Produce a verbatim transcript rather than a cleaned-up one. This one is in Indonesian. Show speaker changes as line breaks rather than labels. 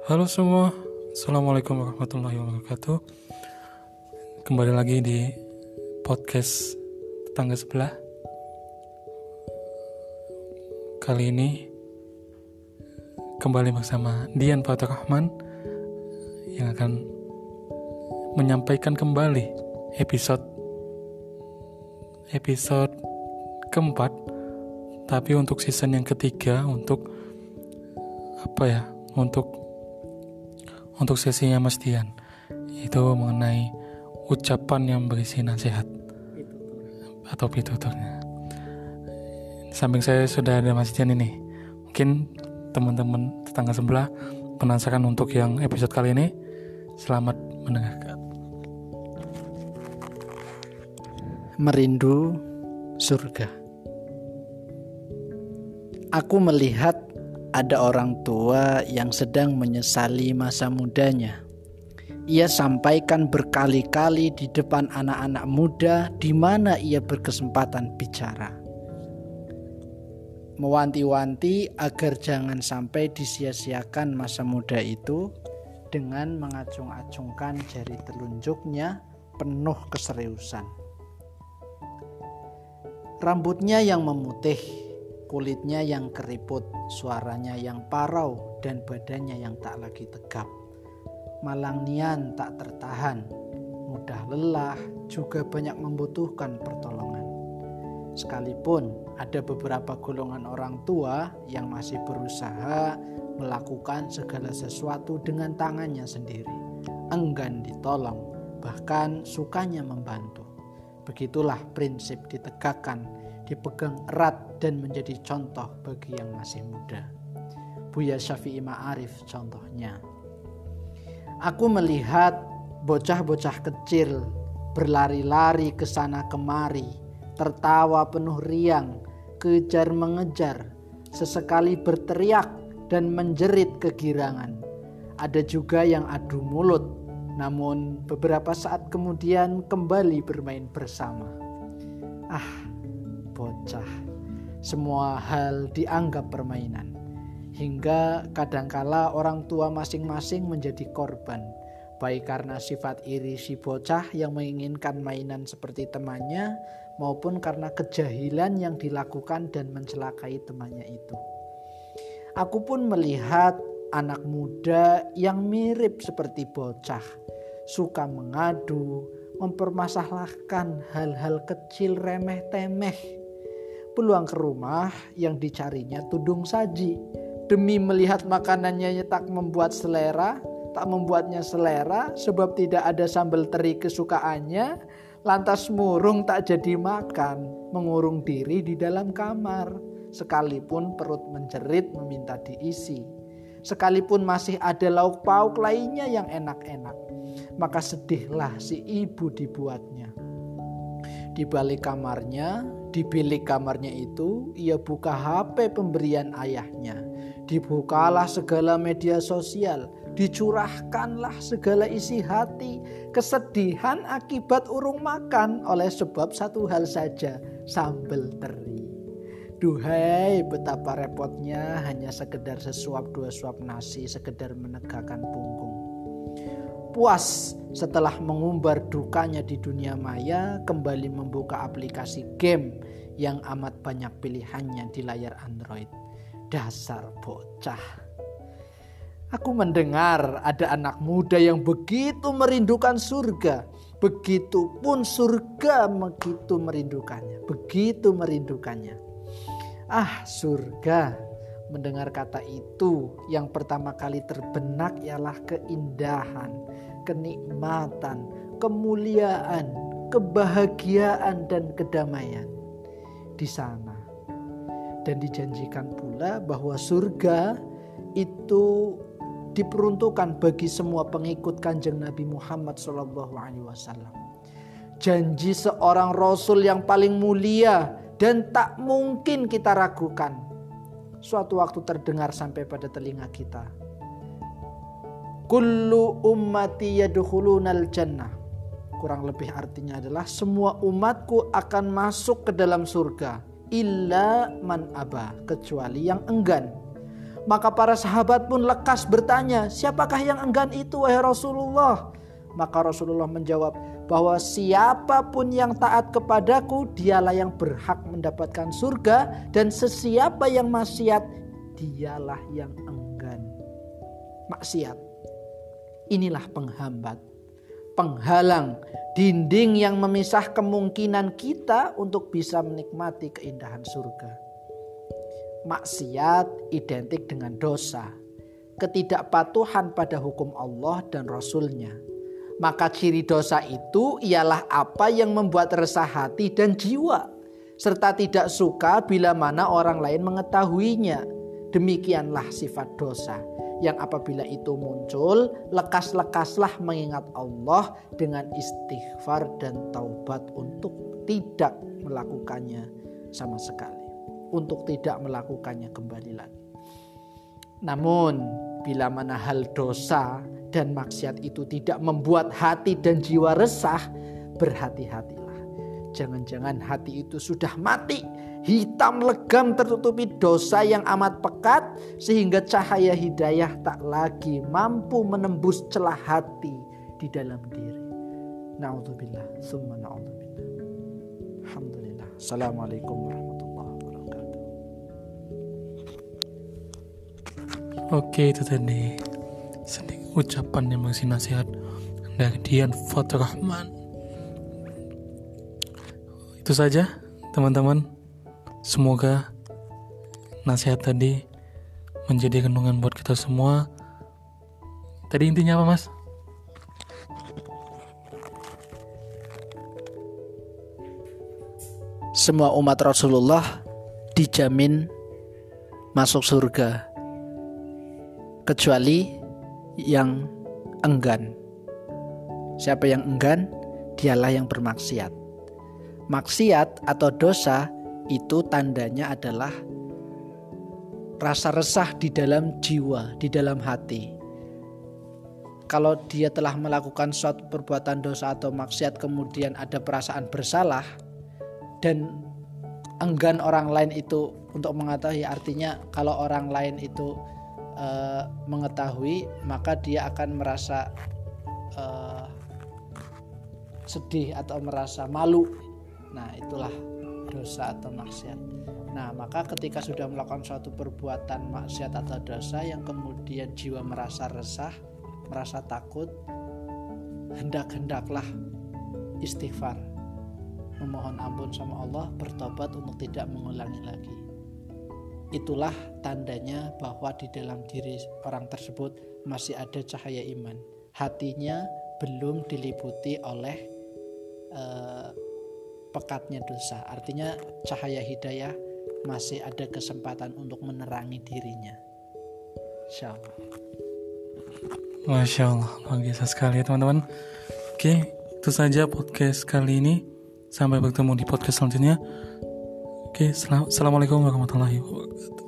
Halo semua, Assalamualaikum warahmatullahi wabarakatuh. Kembali lagi di podcast Tetangga Sebelah. Kali ini kembali bersama Dian Fatur Rahman yang akan menyampaikan kembali episode episode keempat, tapi untuk season yang ketiga, untuk apa ya untuk untuk sesinya Mas Dian, itu mengenai ucapan yang berisi nasihat atau pituturnya. Di samping saya sudah ada Mas Dian ini. Mungkin teman-teman tetangga sebelah penasaran untuk yang episode kali ini. Selamat mendengarkan.
Merindu surga. Aku melihat ada orang tua yang sedang menyesali masa mudanya. Ia sampaikan berkali-kali di depan anak-anak muda di mana ia berkesempatan bicara. Mewanti-wanti agar jangan sampai disia-siakan masa muda itu dengan mengacung-acungkan jari telunjuknya penuh keseriusan. Rambutnya yang memutih, kulitnya yang keriput, suaranya yang parau, dan badannya yang tak lagi tegap. Malang nian tak tertahan, mudah lelah, juga banyak membutuhkan pertolongan. Sekalipun ada beberapa golongan orang tua yang masih berusaha melakukan segala sesuatu dengan tangannya sendiri, enggan ditolong, bahkan sukanya membantu. Begitulah prinsip ditegakkan, dipegang erat dan menjadi contoh bagi yang masih muda. Buya Syafi'i Ma'arif contohnya. Aku melihat bocah-bocah kecil berlari-lari ke sana kemari, tertawa penuh riang, kejar mengejar, sesekali berteriak dan menjerit kegirangan. Ada juga yang adu mulut, namun beberapa saat kemudian kembali bermain bersama. Ah, bocah, semua hal dianggap permainan, hingga kadangkala orang tua masing-masing menjadi korban, baik karena sifat iri si bocah yang menginginkan mainan seperti temannya, maupun karena kejahilan yang dilakukan dan mencelakai temannya itu. Aku pun melihat anak muda yang mirip seperti bocah, suka mengadu, mempermasalahkan hal-hal kecil remeh-temeh. Pulang ke rumah yang dicarinya tudung saji. Demi melihat makanannya tak membuat selera, tak membuatnya selera sebab tidak ada sambal teri kesukaannya, lantas murung tak jadi makan, mengurung diri di dalam kamar. Sekalipun perut menjerit meminta diisi, sekalipun masih ada lauk pauk lainnya yang enak-enak, maka sedihlah si ibu dibuatnya. Di balik kamarnya, di bilik kamarnya itu, ia buka H P pemberian ayahnya. Dibukalah segala media sosial, dicurahkanlah segala isi hati, kesedihan akibat urung makan oleh sebab satu hal saja, sambal teri. Duhai, betapa repotnya hanya sekedar sesuap dua suap nasi, sekedar menegakkan punggung. Puas setelah mengumbar dukanya di dunia maya, kembali membuka aplikasi game yang amat banyak pilihannya di layar Android. Dasar bocah. Aku mendengar ada anak muda yang begitu merindukan surga, begitupun surga begitu merindukannya, begitu merindukannya. Ah, surga. Mendengar kata itu, yang pertama kali terbenak ialah keindahan, kenikmatan, kemuliaan, kebahagiaan dan kedamaian di sana. Dan dijanjikan pula bahwa surga itu diperuntukkan bagi semua pengikut Kanjeng Nabi Muhammad shallallahu alaihi wasallam. Janji seorang Rasul yang paling mulia dan tak mungkin kita ragukan. Suatu waktu terdengar sampai pada telinga kita. Kullu ummati yadkhulunal jannah. Kurang lebih artinya adalah semua umatku akan masuk ke dalam surga. Illa man aba, kecuali yang enggan. Maka para sahabat pun lekas bertanya, siapakah yang enggan itu wahai Rasulullah? Maka Rasulullah menjawab bahwa siapapun yang taat kepadaku dialah yang berhak mendapatkan surga, dan sesiapa yang maksiat dialah yang enggan maksiat. Inilah penghambat, penghalang, dinding yang memisah kemungkinan kita untuk bisa menikmati keindahan surga. Maksiat identik dengan dosa, ketidakpatuhan pada hukum Allah dan Rasul-Nya. Maka ciri dosa itu ialah apa yang membuat resah hati dan jiwa, serta tidak suka bila mana orang lain mengetahuinya. Demikianlah sifat dosa, yang apabila itu muncul, lekas-lekaslah mengingat Allah dengan istighfar dan taubat untuk tidak melakukannya sama sekali. Untuk tidak melakukannya kembali lagi. Namun bila mana hal dosa dan maksiat itu tidak membuat hati dan jiwa resah, berhati-hatilah. Jangan-jangan hati itu sudah mati, hitam legam tertutupi dosa yang amat pekat, sehingga cahaya hidayah tak lagi mampu menembus celah hati di dalam diri. Na'udzubillah, summa na'udzubillah. Alhamdulillah. Assalamualaikum warahmatullahi wabarakatuh.
Oke, itu tadi sedikit ucapan yang masih nasihat dari Dian Fathur Rahman. Itu saja teman-teman. Semoga nasihat tadi menjadi renungan buat kita semua. Tadi intinya apa, Mas?
Semua umat Rasulullah dijamin masuk surga, kecuali yang enggan. Siapa yang enggan, dialah yang bermaksiat. Maksiat atau dosa itu tandanya adalah rasa resah di dalam jiwa, di dalam hati. Kalau dia telah melakukan suatu perbuatan dosa atau maksiat, kemudian ada perasaan bersalah dan enggan orang lain itu untuk mengetahui, artinya kalau orang lain itu uh, mengetahui, maka dia akan merasa uh, sedih atau merasa malu. Nah, itulah dosa atau maksiat. Nah, maka ketika sudah melakukan suatu perbuatan maksiat atau dosa yang kemudian jiwa merasa resah, merasa takut, hendak-hendaklah istighfar, memohon ampun sama Allah, bertobat untuk tidak mengulangi lagi. Itulah tandanya bahwa di dalam diri orang tersebut masih ada cahaya iman. Hatinya belum diliputi oleh uh, pekatnya dosa. Artinya cahaya hidayah masih ada kesempatan untuk menerangi dirinya. Insya Allah.
Masya Allah, luar biasa sekali ya teman-teman. Oke, itu saja podcast kali ini. Sampai bertemu di podcast selanjutnya. Oke, Assalamualaikum warahmatullahi wabarakatuh.